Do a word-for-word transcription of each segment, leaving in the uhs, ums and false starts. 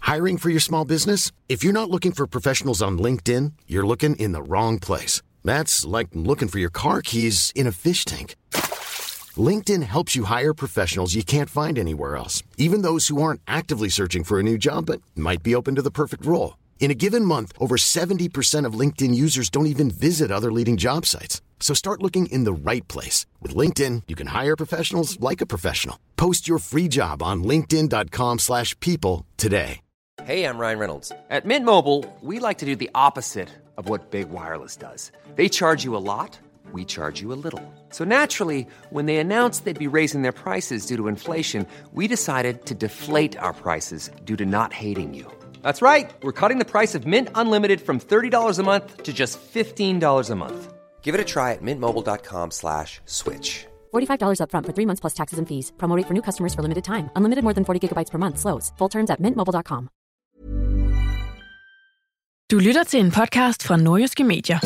Hiring for your small business? If you're not looking for professionals on LinkedIn, you're looking in the wrong place. That's like looking for your car keys in a fish tank. LinkedIn helps you hire professionals you can't find anywhere else, even those who aren't actively searching for a new job but might be open to the perfect role. In a given month, over seventy percent of LinkedIn users don't even visit other leading job sites. So start looking in the right place. With LinkedIn, you can hire professionals like a professional. Post your free job on linkedin dot com slash people today. Hey, I'm Ryan Reynolds. At Mint Mobile, we like to do the opposite of what Big Wireless does. They charge you a lot, we charge you a little. So naturally, when they announced they'd be raising their prices due to inflation, we decided to deflate our prices due to not hating you. That's right. We're cutting the price of Mint Unlimited from thirty dollars a month to just fifteen dollars a month. Give it a try at mintmobile.com slash switch. forty-five dollars up front for three months plus taxes and fees. Promo rate for new customers for limited time. Unlimited more than forty gigabytes per month. Slows full terms at mint mobile dot com. Du lytter til en podcast fra Nordjyske Medier.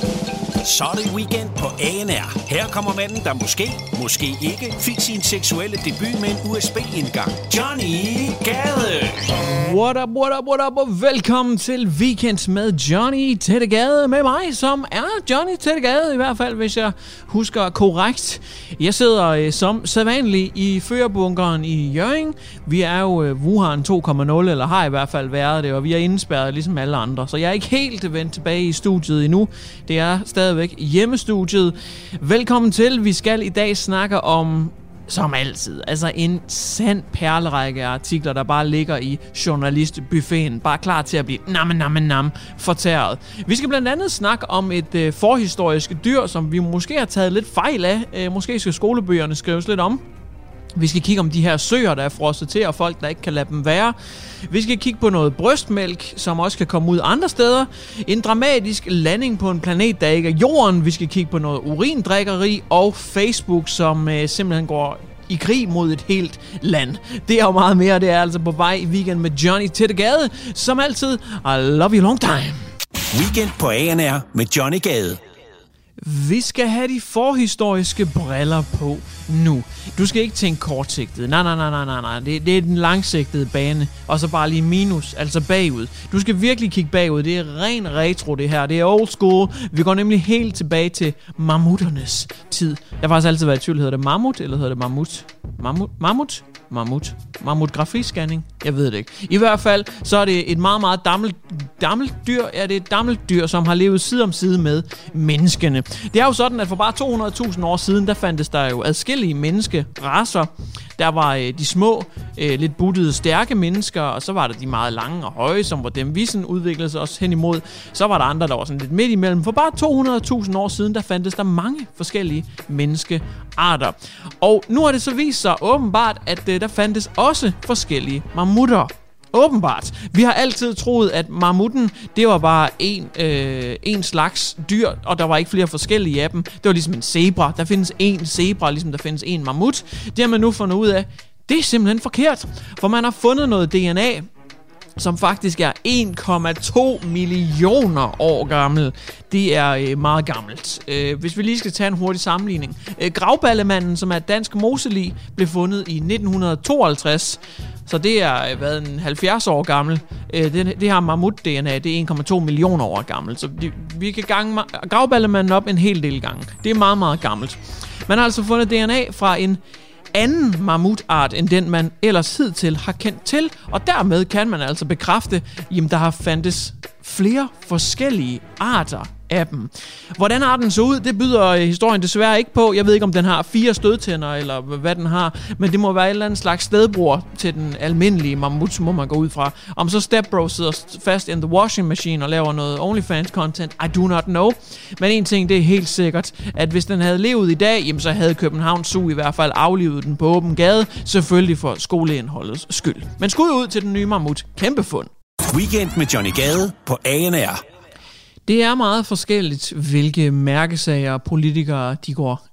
Så er det weekend på A N R. Her kommer manden, der måske, måske ikke, fik sin seksuelle debut med en U S B-indgang. Johnny Gade! What up, what up, what up, og velkommen til Weekend med Johnny Tættegade med mig, som er Johnny Tættegade, i hvert fald, hvis jeg husker korrekt. Jeg sidder øh, som sædvanlig i førerbunkeren i Hjørring. Vi er jo øh, Wuhan to punkt nul, eller har i hvert fald været det, og vi er indespærret ligesom alle andre. Så jeg er ikke helt vendt tilbage i studiet endnu. Det er stadigvæk hjemmestudiet. Velkommen til. Vi skal i dag snakke om, som altid, altså en sand perlerække af artikler, der bare ligger i journalistbuffeten, bare klar til at blive nam nam nam fortæret. Vi skal blandt andet snakke om et øh, forhistorisk dyr, som vi måske har taget lidt fejl af. Øh, måske skal skolebøgerne skrives lidt om. Vi skal kigge om de her søer, der er frosset til, og folk, der ikke kan lade dem være. Vi skal kigge på noget brystmælk, som også kan komme ud andre steder. En dramatisk landing på en planet, der ikke er jorden. Vi skal kigge på noget urindrikkeri og Facebook, som øh, simpelthen går i krig mod et helt land. Det er jo meget mere, det er altså på vej i Weekend med Johnny Tættegade. Som altid, I love you long time. Weekend på A N R med Johnny Gade. Vi skal have de forhistoriske briller på nu. Du skal ikke tænke kortsigtet. Nej, nej, nej, nej, nej, nej. Det, det er den langsigtede bane. Og så bare lige minus, altså bagud. Du skal virkelig kigge bagud. Det er ren retro, det her. Det er old school. Vi går nemlig helt tilbage til mammutternes tid. Jeg har faktisk altid været i tvivl. Hedder det mammut, eller hedder det mammut? Mammut? Mammut? Mammut. Mammutgrafiscanning? Jeg ved det ikke. I hvert fald, så er det et meget, meget dammelt, dammelt dyr. Ja, det er et dammelt dyr, som har levet side om side med menneskene. Det er jo sådan, at for bare to hundrede tusind år siden, der fandtes der jo adskillige menneskeracer. Der var øh, de små, øh, lidt buttede, stærke mennesker, og så var der de meget lange og høje, som var dem, vi sådan udviklede sig også hen imod. Så var der andre, der var sådan lidt midt imellem. For bare to hundrede tusind år siden, der fandtes der mange forskellige menneskearter. Og nu har det så vist sig åbenbart, at øh, der fandtes også forskellige mammutter. Åbenbart. Vi har altid troet, at mammutten, det var bare en, øh, en slags dyr, og der var ikke flere forskellige af dem. Det var ligesom en zebra. Der findes en zebra, ligesom der findes en mammut. Det har man nu fundet ud af. Det er simpelthen forkert, for man har fundet noget D N A, som faktisk er en komma to millioner år gammel. Det er øh, meget gammelt. Øh, hvis vi lige skal tage en hurtig sammenligning. Øh, Gravballemanden, som er et dansk moselig, blev fundet i nitten tooghalvtreds. Så det er hvad, en halvfjerds år gammel. Øh, det, det her mammut-D N A, det er en komma to millioner år gammelt. Så de, vi kan gange Gravballemanden op en hel del gange. Det er meget, meget gammelt. Man har altså fundet D N A fra en anden mammutart, end den man ellers hidtil har kendt til, og dermed kan man altså bekræfte, jamen der har fandtes flere forskellige arter af dem. Hvordan arten så ud, det byder historien desværre ikke på. Jeg ved ikke, om den har fire stødtænder, eller hvad den har, men det må være et eller andet slags stedbror til den almindelige mammut, må man gå ud fra. Om så Step Bro sidder fast in the washing machine og laver noget OnlyFans-content, I do not know. Men en ting, det er helt sikkert, at hvis den havde levet i dag, jamen så havde Københavns Zoo i hvert fald aflivet den på åben gade, selvfølgelig for skoleindholdets skyld. Men skud ud til den nye mammut. Kæmpe fund. Weekend med Johnny Gade på A N R. Det er meget forskelligt, hvilke mærkesager politikere de går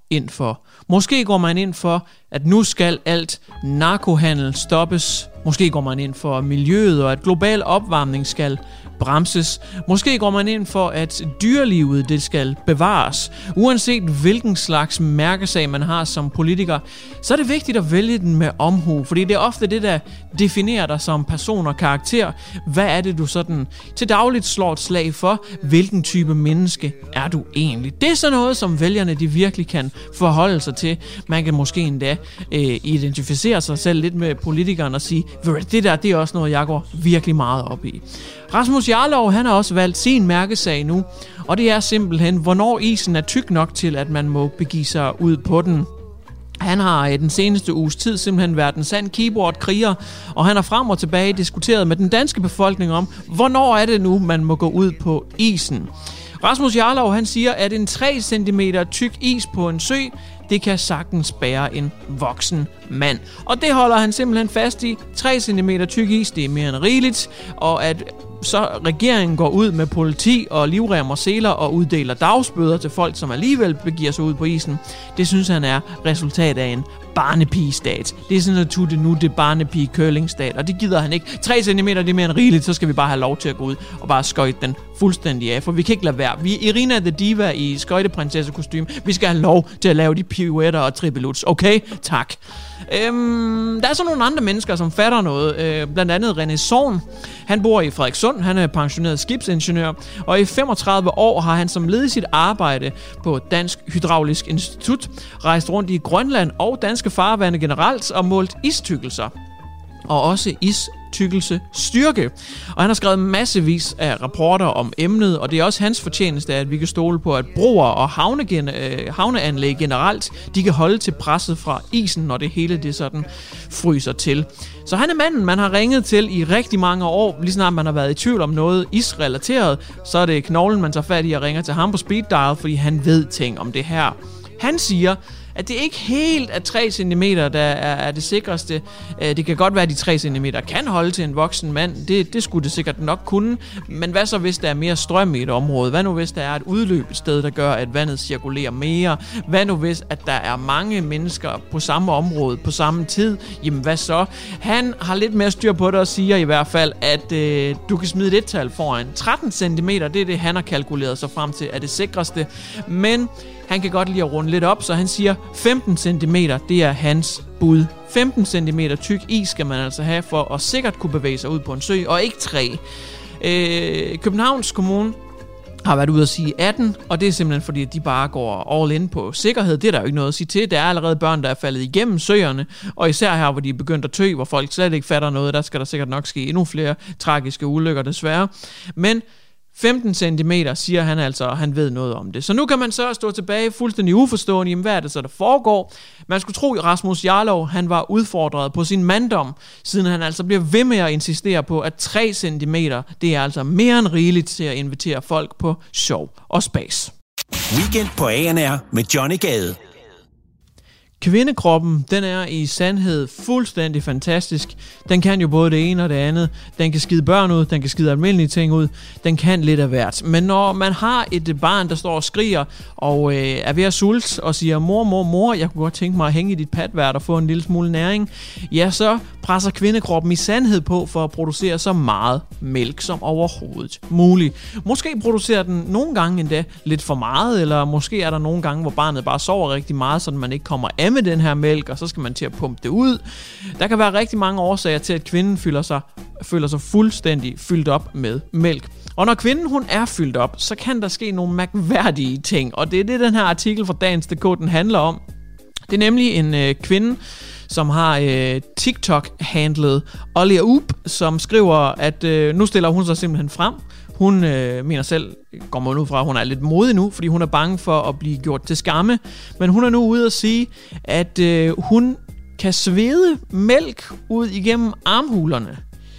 ind for. Måske går man ind for, at nu skal alt narkohandel stoppes. Måske går man ind for miljøet, og at global opvarmning skal bremses. Måske går man ind for, at dyrelivet det skal bevares. Uanset hvilken slags mærkesag man har som politiker, så er det vigtigt at vælge den med omhu, fordi det er ofte det, der definerer dig som person og karakter. Hvad er det, du sådan til dagligt slår et slag for? Hvilken type menneske er du egentlig? Det er sådan noget, som vælgerne de virkelig kan forholde sig til. Man kan måske endda øh, identificere sig selv lidt med politikeren og sige, det der, det er også noget, jeg går virkelig meget op i. Rasmus Jarlov, han har også valgt sin mærkesag nu, og det er simpelthen, hvornår isen er tyk nok til, at man må begive sig ud på den. Han har i den seneste uges tid simpelthen været en sand keyboard-kriger, og han har frem og tilbage diskuteret med den danske befolkning om, hvornår er det nu, man må gå ud på isen. Rasmus Jarlov, han siger, at en tre centimeter tyk is på en sø, det kan sagtens bære en voksen mand. Og det holder han simpelthen fast i. tre centimeter tyk is, det er mere end rigeligt. Og at så regeringen går ud med politi og livrem og seler og uddeler dagsbøder til folk, som alligevel begiver sig ud på isen, det synes han er resultat af en barnepigestat. Det er sådan at tutte nu, det barnepige curlingstat, og det gider han ikke. tre centimeter, det er mere end rigeligt, så skal vi bare have lov til at gå ud og bare skøjte den fuldstændig af, for vi kan ikke lade være. Vi er Irina the Diva i skøjteprinsessekostyme. Vi skal have lov til at lave de pirouetter og tribeluts. Okay? Tak. Øhm, der er så nogle andre mennesker, som fatter noget. Øh, blandt andet René Zorn. Han bor i Frederikssund. Han er pensioneret skibsingeniør. Og i femogtredive år har han som led i sit arbejde på Dansk Hydraulisk Institut rejst rundt i Grønland og danske farvande generelt og målt istykkelser. Og også istykkelse styrke. Og han har skrevet massevis af rapporter om emnet, og det er også hans fortjeneste, at vi kan stole på, at broer og havne, øh, havneanlæg generelt, de kan holde til presset fra isen, når det hele det sådan fryser til. Så han er manden, man har ringet til i rigtig mange år. Lige snart man har været i tvivl om noget isrelateret, så er det knoglen, man tager fat i og ringer til ham på speed dial, fordi han ved ting om det her. Han siger, at det ikke helt er tre centimeter, der er, er det sikreste. Det kan godt være, at de tre centimeter kan holde til en voksen mand. Det, det skulle det sikkert nok kunne. Men hvad så, hvis der er mere strøm i et område? Hvad nu, hvis der er et udløb et sted, der gør, at vandet cirkulerer mere? Hvad nu, hvis at der er mange mennesker på samme område på samme tid? Jamen, hvad så? Han har lidt mere styr på det og siger i hvert fald, at øh, du kan smide et tal foran. tretten centimeter, det er det, han har kalkuleret sig frem til, er det sikreste. Men han kan godt lide at runde lidt op, så han siger femten centimeter, det er hans bud. femten centimeter tyk is skal man altså have for at sikkert kunne bevæge sig ud på en sø, og ikke tre. Øh, Københavns Kommune har været ude at sige atten, og det er simpelthen fordi, at de bare går all in på sikkerhed. Det er der jo ikke noget at sige til. Der er allerede børn, der er faldet igennem søerne, og især her, hvor de er begyndt at tø, hvor folk slet ikke fatter noget, der skal der sikkert nok ske endnu flere tragiske ulykker, desværre. Men femten centimeter, siger han altså, og han ved noget om det. Så nu kan man så stå tilbage fuldstændig uforstående, jamen hvad er det så, der foregår? Man skulle tro, at Rasmus Jarlov, han var udfordret på sin manddom, siden han altså bliver ved med at insistere på, at tre centimeter, det er altså mere end rigeligt til at invitere folk på sjov og spas. Weekend på A N R med Johnny Gade. Kvindekroppen, den er i sandhed fuldstændig fantastisk. Den kan jo både det ene og det andet. Den kan skide børn ud, den kan skide almindelige ting ud. Den kan lidt af hvert. Men når man har et barn, der står og skriger og øh, er ved at sulte og siger, mor, mor, mor, jeg kunne godt tænke mig at hænge i dit patvært og få en lille smule næring, ja, så presser kvindekroppen i sandhed på for at producere så meget mælk som overhovedet muligt. Måske producerer den nogle gange endda lidt for meget, eller måske er der nogle gange, hvor barnet bare sover rigtig meget, så man ikke kommer af med den her mælk, og så skal man til at pumpe det ud. Der kan være rigtig mange årsager til, at kvinden føler sig, føler sig fuldstændig fyldt op med mælk. Og når kvinden hun er fyldt op, så kan der ske nogle mærkværdige ting, og det er det, den her artikel fra Dagens punktum d k den handler om. Det er nemlig en øh, kvinde, som har øh, TikTok-handlet Olia Oop, som skriver, at øh, nu stiller hun sig simpelthen frem. Hun øh, mener selv, går man ud fra, at hun er lidt modig nu, fordi hun er bange for at blive gjort til skamme. Men hun er nu ude at sige, at øh, hun kan svede mælk ud igennem armhulerne.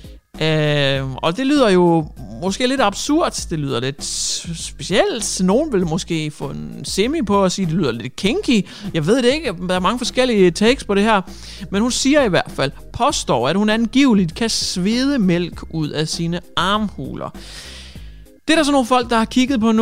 Øh, og det lyder jo måske lidt absurd, det lyder lidt specielt. Nogen vil måske få en semi på at sige, at det lyder lidt kinky. Jeg ved det ikke, der er mange forskellige takes på det her. Men hun siger i hvert fald, påstår, at hun angiveligt kan svede mælk ud af sine armhuler. Det er der så nogle folk, der har kigget på nu.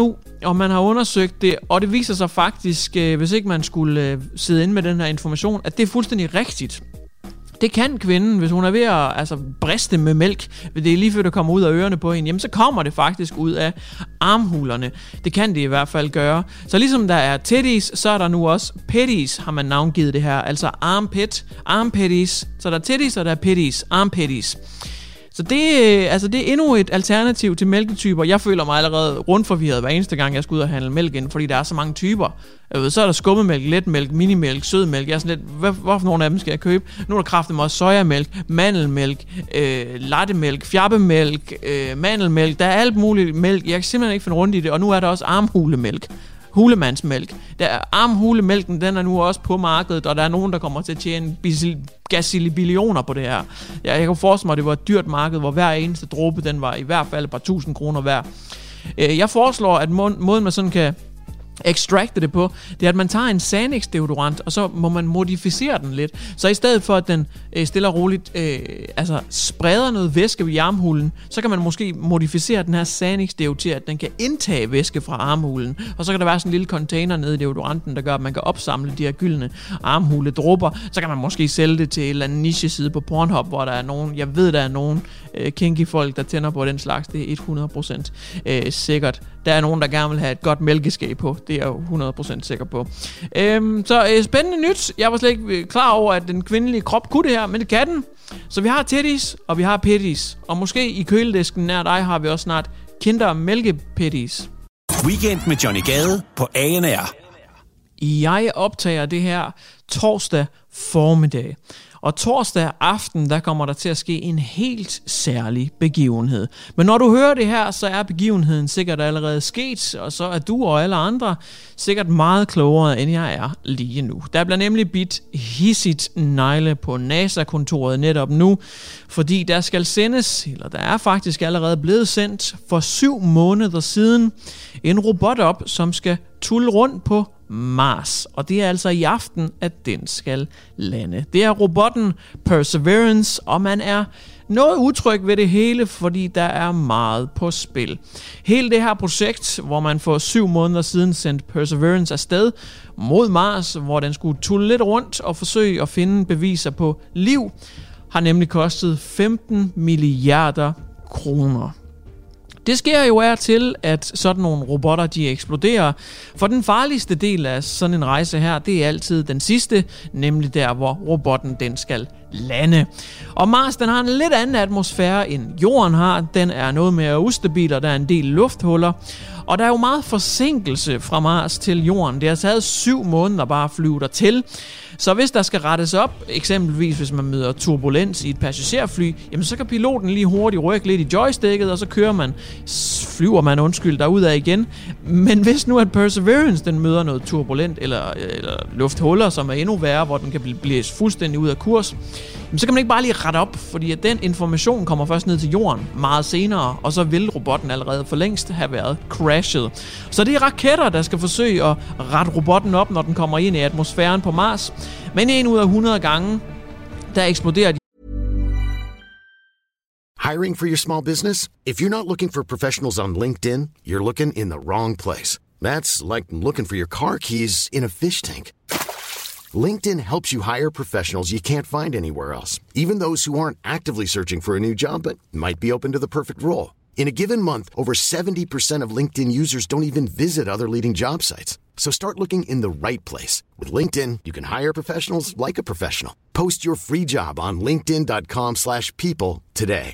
og man har undersøgt det, og det viser sig faktisk, øh, hvis ikke man skulle øh, sidde inde med den her information, at det er fuldstændig rigtigt. Det kan kvinden, hvis hun er ved at altså, briste med mælk, det er lige før det kommer ud af ørerne på hende, jamen så kommer det faktisk ud af armhulerne. Det kan det i hvert fald gøre. Så ligesom der er titties, så er der nu også petties, har man navngivet det her. Altså armpit, armpetties. Så der er titties, og der er petties, armpetties. Så det, altså det er endnu et alternativ til mælketyper. Jeg føler mig allerede rundt forvirret hver eneste gang, jeg skal ud og handle mælk ind, fordi der er så mange typer. Jeg ved, så er der skummemælk, letmælk, minimælk, sødmælk. Jeg er sådan lidt, hvad, hvorfor nogle af dem skal jeg købe? Nu er der kraftigt også sojamælk, mandelmælk, øh, lattemælk, fjappemælk, øh, mandelmælk. Der er alt muligt mælk. Jeg kan simpelthen ikke finde rundt i det, og nu er der også armhulemælk. Hulemandsmælk. Der er armhulemælken, den er nu også på markedet, og der er nogen, der kommer til at tjene gazillioner på det her. Ja, jeg kan forestille mig, at det var et dyrt marked, hvor hver eneste dråbe, den var i hvert fald et par tusind kroner værd. Jeg foreslår, at måden man sådan kan extracte det på, det er, at man tager en Sanex deodorant, og så må man modificere den lidt. Så i stedet for, at den øh, stille og roligt øh, altså spreder noget væske ved armhulen, så kan man måske modificere den her Sanex deo til, at den kan indtage væske fra armhulen. Og så kan der være sådan en lille container nede i deodoranten, der gør, at man kan opsamle de her gyldne armhuledråber. Så kan man måske sælge det til en eller anden niche-side på Pornhub, hvor der er nogen, jeg ved, der er nogen øh, kinky folk, der tænder på den slags. Det er hundrede procent øh, sikkert. Der er nogen, der gerne vil have et godt mælkeskab på. Det er jeg jo hundrede procent sikker på. Øhm, så øh, spændende nyt. Jeg var slet ikke klar over, at den kvindelige krop kunne det her, men det kan den. Så vi har titties, og vi har petties. Og måske i køledisken nær dig har vi også snart Kinder mælkepetties. Weekend med Johnny Gade på A N R. Jeg optager det her torsdag formiddag. Og torsdag aften, der kommer der til at ske en helt særlig begivenhed. Men når du hører det her, så er begivenheden sikkert allerede sket, og så er du og alle andre sikkert meget klogere, end jeg er lige nu. Der bliver nemlig bidt hissigt negle på NASA-kontoret netop nu, fordi der skal sendes, eller der er faktisk allerede blevet sendt for syv måneder siden, en robot op, som skal tulle rundt på Mars. Og det er altså i aften, at den skal lande. Det er robotten Perseverance, og man er noget utryg ved det hele, fordi der er meget på spil. Hele det her projekt, hvor man for syv måneder siden sendte Perseverance afsted mod Mars, hvor den skulle tulle lidt rundt og forsøge at finde beviser på liv, har nemlig kostet femten milliarder kroner. Det sker jo af til, at sådan nogle robotter, de eksploderer. For den farligste del af sådan en rejse her, det er altid den sidste, nemlig der, hvor robotten den skal lande. Og Mars, den har en lidt anden atmosfære, end Jorden har. Den er noget mere ustabil, og der er en del lufthuller. Og der er jo meget forsinkelse fra Mars til Jorden. Det har taget syv måneder bare at flyve der til. Så hvis der skal rettes op, eksempelvis hvis man møder turbulens i et passagerfly, jamen så kan piloten lige hurtigt rykke lidt i joysticket, og så kører man, flyver man undskyld derudad igen. Men hvis nu at Perseverance den møder noget turbulent eller, eller lufthuller, som er endnu værre, hvor den kan blive blæst fuldstændig ud af kurs, jamen så kan man ikke bare lige rette op, fordi at den information kommer først ned til Jorden meget senere, og så vil robotten allerede for længst have været crashet. Så det er raketter, der skal forsøge at rette robotten op, når den kommer ind i atmosfæren på Mars. Men en ud af hundrede gange, der eksploderer de. Hiring for your small business? If you're not looking for professionals on LinkedIn, you're looking in the wrong place. That's like looking for your car keys in a fish tank. LinkedIn helps you hire professionals you can't find anywhere else, even those who aren't actively searching for a new job but might be open to the perfect role. In a given month, over seventy percent of LinkedIn users don't even visit other leading job sites. So start looking in the right place. With LinkedIn, you can hire professionals like a professional. Post your free job on linkedin dot com slash people today.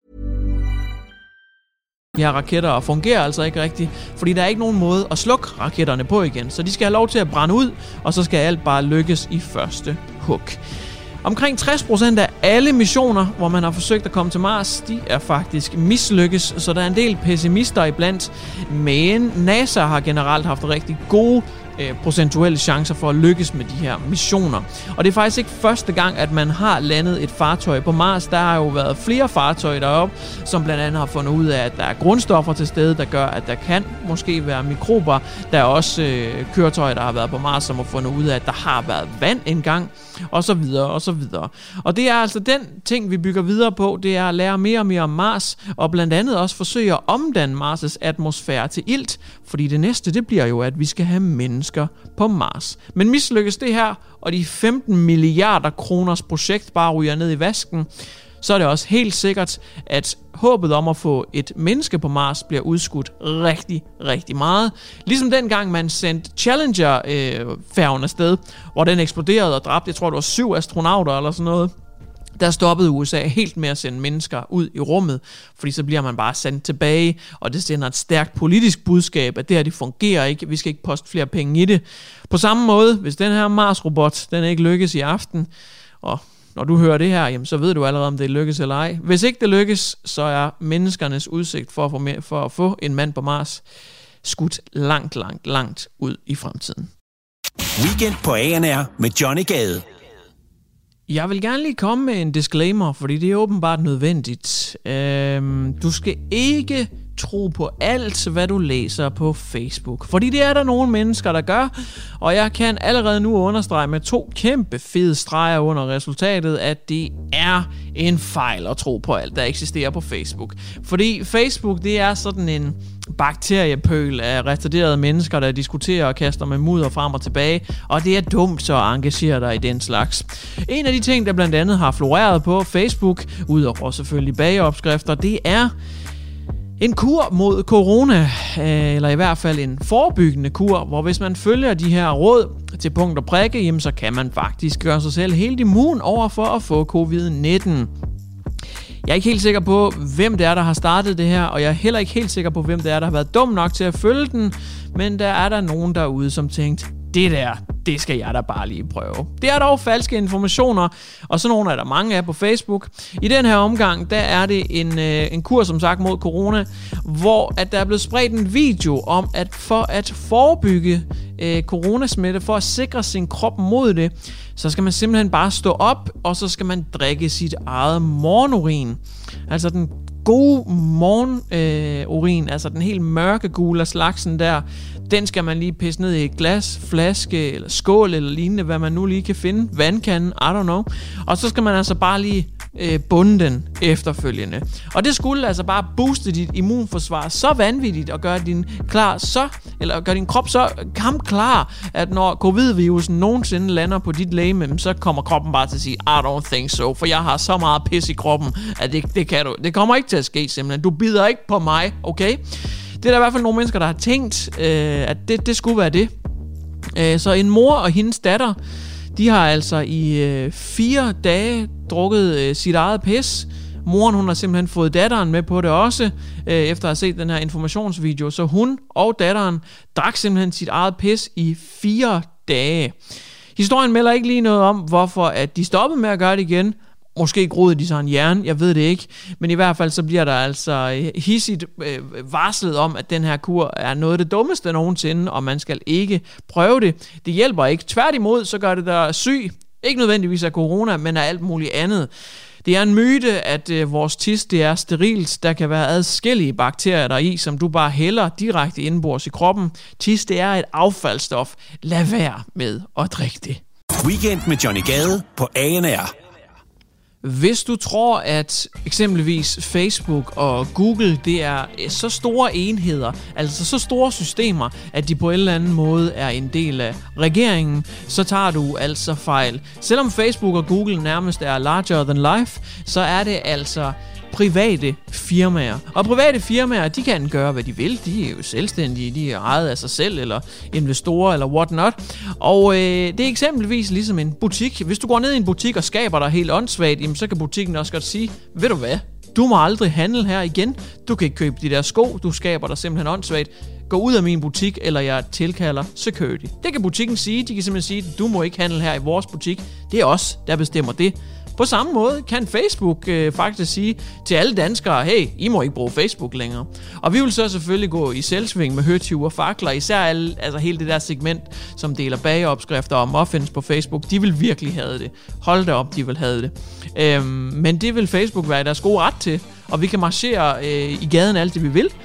De her raketter fungerer altså ikke rigtigt, fordi der er ikke nogen måde at slukke raketterne på igen. Så de skal have lov til at brænde ud, og så skal alt bare lykkes i første hug. Omkring tres procent af alle missioner, hvor man har forsøgt at komme til Mars, de er faktisk mislykkes, så der er en del pessimister iblandt. Men NASA har generelt haft rigtig gode øh, procentuelle chancer for at lykkes med de her missioner. Og det er faktisk ikke første gang, at man har landet et fartøj på Mars. Der har jo været flere fartøjer deroppe, som blandt andet har fundet ud af, at der er grundstoffer til stede, der gør, at der kan måske være mikrober. Der er også øh, køretøjer, der har været på Mars, som har fundet ud af, at der har været vand engang. og så videre, og så videre. Og det er altså den ting, vi bygger videre på, det er at lære mere og mere om Mars, og blandt andet også forsøge at omdanne Mars' atmosfære til ilt, fordi det næste, det bliver jo, at vi skal have mennesker på Mars. Men mislykkes det her, og de femten milliarder kroners projekt bare ryger ned i vasken, så er det også helt sikkert, at håbet om at få et menneske på Mars bliver udskudt rigtig, rigtig meget. Ligesom dengang man sendte Challenger-færgen afsted, hvor den eksploderede og dræbte, jeg tror det var syv astronauter eller sådan noget. Der stoppede U S A helt med at sende mennesker ud i rummet, fordi så bliver man bare sendt tilbage, og det sender et stærkt politisk budskab, at det her, det fungerer ikke, vi skal ikke poste flere penge i det. På samme måde, hvis den her Mars-robot, den ikke lykkes i aften, og når du hører det her, jamen, så ved du allerede, om det lykkes eller ej. Hvis ikke det lykkes, så er menneskernes udsigt for at få, med, for at få en mand på Mars skudt langt, langt, langt ud i fremtiden. Weekend på A N R med Johnny Gade. Jeg vil gerne lige komme med en disclaimer, fordi det er åbenbart nødvendigt. Øhm, du skal ikke tro på alt, hvad du læser på Facebook. Fordi det er der nogle mennesker, der gør, og jeg kan allerede nu understrege med to kæmpe fede streger under resultatet, at det er en fejl at tro på alt, der eksisterer på Facebook. Fordi Facebook, det er sådan en bakteriepøl af retarderede mennesker, der diskuterer og kaster med mudder frem og tilbage, og det er dumt så at engagere dig i den slags. En af de ting, der blandt andet har floreret på Facebook, udover selvfølgelig bageopskrifter, det er en kur mod corona, eller i hvert fald en forebyggende kur, hvor hvis man følger de her råd til punkt og prikke, jamen så kan man faktisk gøre sig selv helt immun over for at få covid nitten. Jeg er ikke helt sikker på, hvem det er, der har startet det her, og jeg er heller ikke helt sikker på, hvem det er, der har været dum nok til at følge den, men der er der nogen derude, som tænkte, det der, det skal jeg da bare lige prøve. Det er dog falske informationer, og sådan nogle er der mange af på Facebook. I den her omgang, der er det en, øh, en kur, som sagt, mod corona, hvor at der er blevet spredt en video om, at for at forebygge øh, coronasmitte, for at sikre sin krop mod det, så skal man simpelthen bare stå op, og så skal man drikke sit eget morgenurin. Altså den gode morgenurin, øh, altså den helt mørke gule af slagsen der, den skal man lige pisse ned i et glas, flaske eller skål eller lignende, hvad man nu lige kan finde. Vandkanden, I don't know. Og så skal man altså bare lige øh, bunde den efterfølgende. Og det skulle altså bare booste dit immunforsvar så vanvittigt og gøre din klar så, eller gøre din krop så kampklar, at når covid-virusen nogensinde lander på dit legeme, så kommer kroppen bare til at sige, I don't think so, for jeg har så meget pis i kroppen, at det, det kan du. Det kommer ikke til at ske simpelthen. Du bider ikke på mig, okay? Det er der i hvert fald nogle mennesker, der har tænkt, øh, at det, det skulle være det. Øh, så en mor og hendes datter, de har altså i øh, fire dage drukket øh, sit eget pis. Moren, hun har simpelthen fået datteren med på det også, øh, efter at have set den her informationsvideo. Så hun og datteren drak simpelthen sit eget pis i fire dage. Historien melder ikke lige noget om, hvorfor at de stoppede med at gøre det igen. Måske groede de sig en hjerne, jeg ved det ikke. Men i hvert fald så bliver der altså hissigt øh, varslet om, at den her kur er noget af det dummeste nogensinde, og man skal ikke prøve det. Det hjælper ikke. Tværtimod, så gør det der syg. Ikke nødvendigvis af corona, men af alt muligt andet. Det er en myte, at øh, vores tis, det er sterilt. Der kan være adskillige bakterier deri, som du bare hælder direkte indenbords i kroppen. Tis, det er et affaldsstof. Lad være med at drikke det. Weekend med Johnny Gade på A N R. Hvis du tror, at eksempelvis Facebook og Google, det er så store enheder, altså så store systemer, at de på en eller anden måde er en del af regeringen, så tager du altså fejl. Selvom Facebook og Google nærmest er larger than life, så er det altså private firmaer. Og private firmaer, de kan gøre, hvad de vil. De er jo selvstændige, de er ejet af sig selv, eller investorer, eller whatnot. Og øh, det er eksempelvis ligesom en butik. Hvis du går ned i en butik og skaber dig helt åndssvagt, jamen, så kan butikken også godt sige, ved du hvad, du må aldrig handle her igen. Du kan ikke købe de der sko, du skaber dig simpelthen åndssvagt. Gå ud af min butik, eller jeg tilkalder security. Det kan butikken sige. De kan simpelthen sige, du må ikke handle her i vores butik. Det er os, der bestemmer det. På samme måde kan Facebook øh, faktisk sige til alle danskere, hey, I må ikke bruge Facebook længere. Og vi vil så selvfølgelig gå i selvsving med høtyve og fakler, især alle, altså hele det der segment, som deler bageopskrifter og muffins på Facebook, de vil virkelig have det. Hold da op, de vil have det. Øhm, men det vil Facebook være deres gode ret til, og vi kan marchere øh, i gaden alt det vi vil.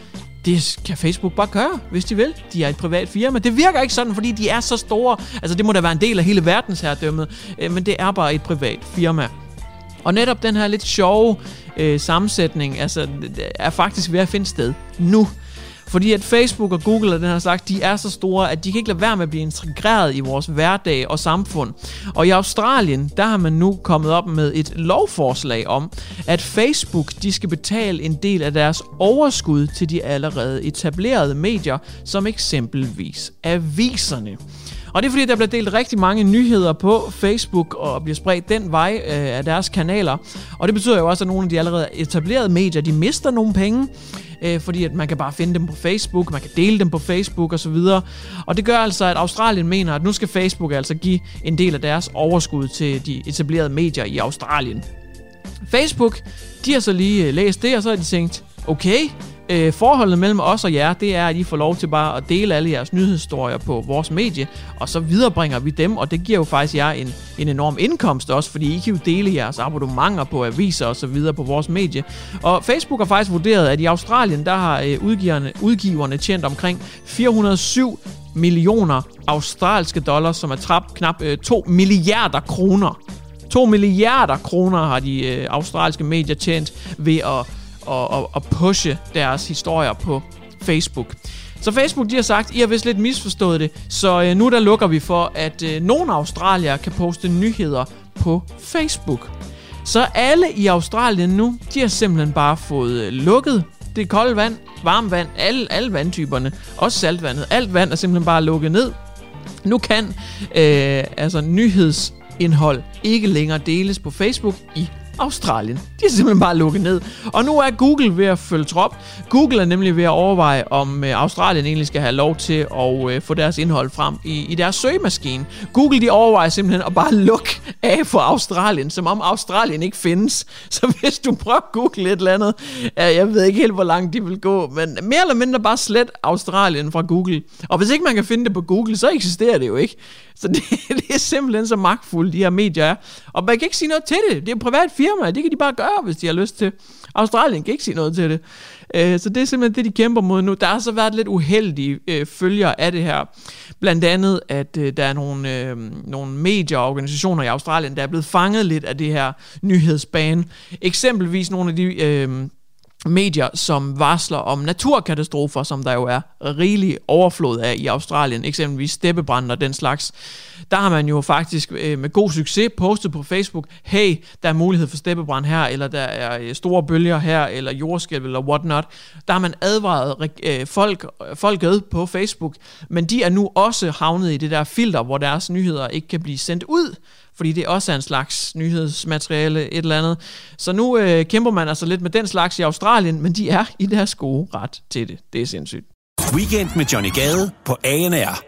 det kan Facebook bare gøre, hvis de vil. De er et privat firma. Det virker ikke sådan, fordi de er så store. Altså, det må da være en del af hele verdensherredømmet, øh, men det er bare et privat firma. Og netop den her lidt sjove øh, sammensætning, altså, er faktisk ved at finde sted nu. Fordi at Facebook og Google og den her slags, de er så store, at de kan ikke lade være med at blive integreret i vores hverdag og samfund. Og i Australien, der har man nu kommet op med et lovforslag om, at Facebook, de skal betale en del af deres overskud til de allerede etablerede medier, som eksempelvis aviserne. Og det er fordi, der bliver delt rigtig mange nyheder på Facebook og bliver spredt den vej øh, af deres kanaler. Og det betyder jo også, at nogle af de allerede etablerede medier, de mister nogle penge. Øh, fordi at man kan bare finde dem på Facebook, man kan dele dem på Facebook osv. Og det gør altså, at Australien mener, at nu skal Facebook altså give en del af deres overskud til de etablerede medier i Australien. Facebook, de har så lige læst det, og så har de tænkt, okay, øh, forholdet mellem os og jer, det er, at I får lov til bare at dele alle jeres nyhedshistorier på vores medie, og så viderebringer vi dem, og det giver jo faktisk jer en, en enorm indkomst også, fordi I kan jo dele jeres abonnementer på aviser og så videre på vores medie. Og Facebook har faktisk vurderet, at i Australien, der har øh, udgiverne, udgiverne tjent omkring fire hundrede og syv millioner australske dollars, som er trap, knap øh, to milliarder kroner. to milliarder kroner har de øh, australske medier tjent ved at Og, og, og pushe deres historier på Facebook. Så Facebook, de har sagt, I har vist lidt misforstået det, så øh, nu der lukker vi for, at øh, nogle australiere kan poste nyheder på Facebook. Så alle i Australien nu, de har simpelthen bare fået øh, lukket det kolde vand, varmt vand, alle, alle vandtyperne, også saltvandet. Alt vand er simpelthen bare lukket ned. Nu kan øh, altså nyhedsindhold ikke længere deles på Facebook i Australien. De er simpelthen bare lukket ned. Og nu er Google ved at følge trop. Google er nemlig ved at overveje, om øh, Australien egentlig skal have lov til at øh, få deres indhold frem i, i deres søgemaskine. Google, de overvejer simpelthen at bare lukke af for Australien, som om Australien ikke findes. Så hvis du prøver at google et eller andet, øh, jeg ved ikke helt, hvor langt de vil gå, men mere eller mindre bare slet Australien fra Google. Og hvis ikke man kan finde det på Google, så eksisterer det jo ikke. Så det, det er simpelthen så magtfuldt, de her medier er. Og man kan ikke sige noget til det. Det er et privat firma. Det kan de bare gøre, hvis de har lyst til. Australien kan ikke sige noget til det. Øh, så det er simpelthen det, de kæmper mod nu. Der har så været lidt uheldige øh, følger af det her. Blandt andet, at øh, der er nogle, øh, nogle medier og organisationer i Australien, der er blevet fanget lidt af det her nyhedsbane. Eksempelvis nogle af de Øh, medier, som varsler om naturkatastrofer, som der jo er rigelig overflod af i Australien, eksempelvis steppebrand og den slags. Der har man jo faktisk øh, med god succes postet på Facebook, hey, der er mulighed for steppebrand her, eller der er store bølger her, eller jordskælv, eller whatnot. Der har man advaret øh, folk, folket på Facebook, men de er nu også havnet i det der filter, hvor deres nyheder ikke kan blive sendt ud, fordi det også er en slags nyhedsmateriale, et eller andet. Så nu øh, kæmper man altså lidt med den slags i Australien, men de er i deres gode ret til det. Det er sindssygt. Weekend med Johnny Gade på A N R.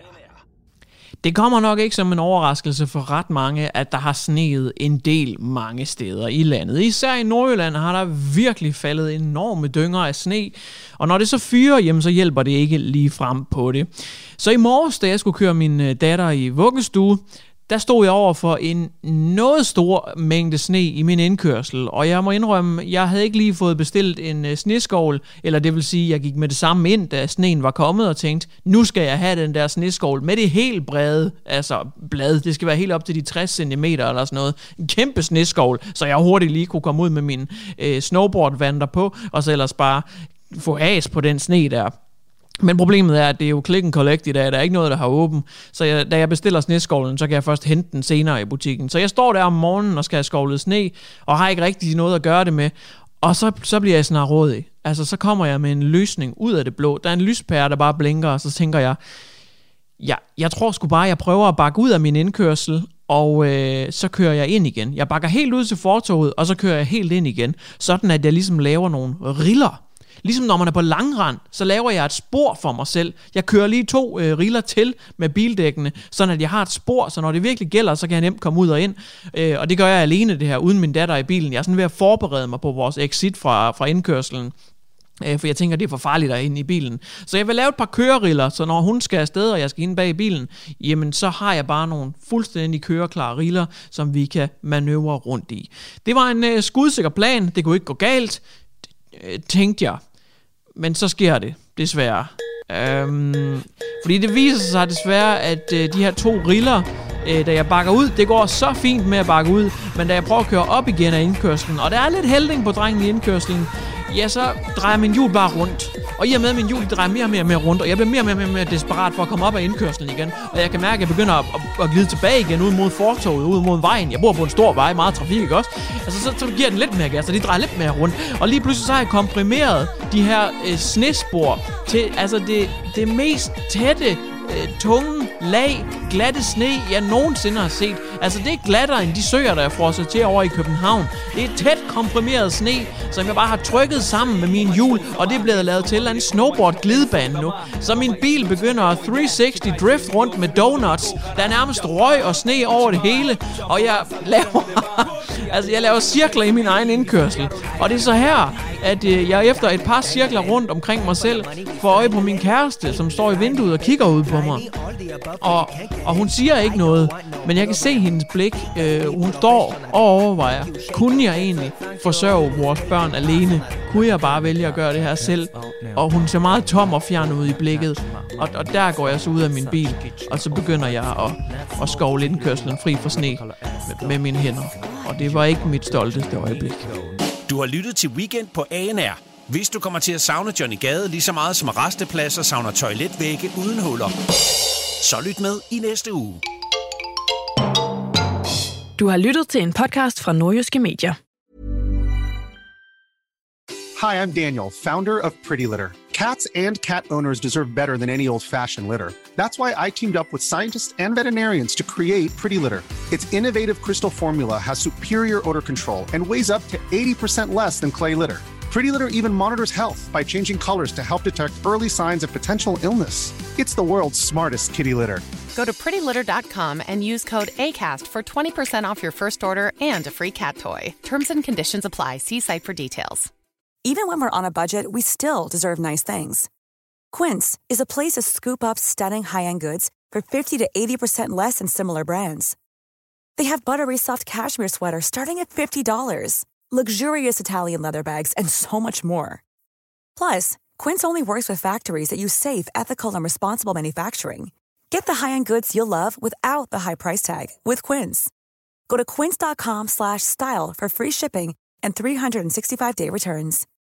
Det kommer nok ikke som en overraskelse for ret mange, at der har sneet en del mange steder i landet. Især i Nordjylland har der virkelig faldet enorme dynger af sne, og når det så fyrer, jamen, så hjælper det ikke lige frem på det. Så i morges, da jeg skulle køre min datter i vuggestue, der stod jeg over for en noget stor mængde sne i min indkørsel, og jeg må indrømme, jeg havde ikke lige fået bestilt en uh, sneskovl, eller det vil sige, jeg gik med det samme ind, da sneen var kommet, og tænkte, nu skal jeg have den der sneskovl med det helt brede, altså blad, det skal være helt op til de tres centimeter eller sådan noget, en kæmpe sneskovl, så jeg hurtigt lige kunne komme ud med min uh, snowboardvandter på, og så ellers bare få as på den sne der. Men problemet er, at det er jo click and collect i dag, der er ikke noget, der har åben. Så jeg, da jeg bestiller sneskovlen, så kan jeg først hente den senere i butikken. Så jeg står der om morgenen og skal have skovlet sne, og har ikke rigtig noget at gøre det med. Og så, så bliver jeg snart rådig. Altså, så kommer jeg med en løsning ud af det blå. Der er en lyspære, der bare blinker, og så tænker jeg, ja, jeg tror sgu bare, jeg prøver at bakke ud af min indkørsel, og øh, så kører jeg ind igen. Jeg bakker helt ud til fortovet, og så kører jeg helt ind igen. Sådan at jeg ligesom laver nogle riller. Ligesom når man er på langrand, så laver jeg et spor for mig selv. Jeg kører lige to øh, riller til med bildækkene, sådan at jeg har et spor, så når det virkelig gælder, så kan jeg nemt komme ud og ind. Øh, og det gør jeg alene det her, uden min datter i bilen. Jeg er sådan ved at forberede mig på vores exit fra, fra indkørselen. For jeg tænker, det er for farligt derinde i bilen. Så jeg vil lave et par køreriller, så når hun skal afsted, og jeg skal ind bag i bilen, jamen så har jeg bare nogle fuldstændig køreklare riller, som vi kan manøvrere rundt i. Det var en øh, skudsikker plan. Det kunne ikke gå galt, øh, tænkte jeg. Men så sker det. desværre. Øhm, fordi det viser sig desværre, at øh, de her to riller, øh, da jeg bakker ud, det går så fint med at bakke ud, men da jeg prøver at køre op igen af indkørslen, og der er lidt hældning på drengen i indkørslen, ja, så drejer min hjul bare rundt. Og i og med, at min hjul drejer mere og mere, mere rundt, og jeg bliver mere og mere, mere, mere desperat for at komme op af indkørslen igen. Og jeg kan mærke, at jeg begynder at, at, at glide tilbage igen ud mod fortovet, ud mod vejen. Jeg bor på en stor vej, meget trafik, ikke også? Altså, så, så giver den lidt mere gas, og de drejer lidt mere rundt. Og lige pludselig så har jeg komprimeret de her øh, snespor til altså det, det mest tætte, øh, tunge lag, glatte sne, jeg nogensinde har set. Altså, det er glattere end de søer, der er frosset til over i København. Det er tæt komprimeret sne, som jeg bare har trykket sammen med min hjul, og det er blevet lavet til en snowboard-glidebane nu. Så min bil begynder at tre sixty drift rundt med donuts. Der er nærmest røg og sne over det hele, og jeg laver, altså, jeg laver cirkler i min egen indkørsel. Og det er så her, at øh, jeg efter et par cirkler rundt omkring mig selv får øje på min kæreste, som står i vinduet og kigger ud på mig. Og, og hun siger ikke noget, men jeg kan se hendes blik. Øh, hun står og overvejer, kunne jeg egentlig forsørge vores børn alene? Kunne jeg bare vælge at gøre det her selv? Og hun ser meget tom og fjern ud i blikket. Og, og der går jeg så ud af min bil, og så begynder jeg at, at skovle indkørslen fri for sne med, med mine hænder. Og det var ikke mit stolteste øjeblik. Du har lyttet til Weekend på A N R. Hvis du kommer til at savne Johnny Gade lige så meget som rastepladser savner toiletvægge uden huller, så lyt med i næste uge. Du har lyttet til en podcast fra Nordjyske Medier. Hi, I'm Daniel, founder of Pretty Litter. Cats and cat owners deserve better than any old-fashioned litter. That's why I teamed up with scientists and veterinarians to create Pretty Litter. Its innovative crystal formula has superior odor control and weighs up to eighty percent less than clay litter. Pretty Litter even monitors health by changing colors to help detect early signs of potential illness. It's the world's smartest kitty litter. Go to pretty litter dot com and use code ACAST for twenty percent off your first order and a free cat toy. Terms and conditions apply. See site for details. Even when we're on a budget, we still deserve nice things. Quince is a place to scoop up stunning high-end goods for fifty to eighty percent less than similar brands. They have buttery soft cashmere sweaters starting at fifty dollars, luxurious Italian leather bags, and so much more. Plus, Quince only works with factories that use safe, ethical, and responsible manufacturing. Get the high-end goods you'll love without the high price tag with Quince. Go to quince dot com slash style for free shipping and three sixty-five day returns.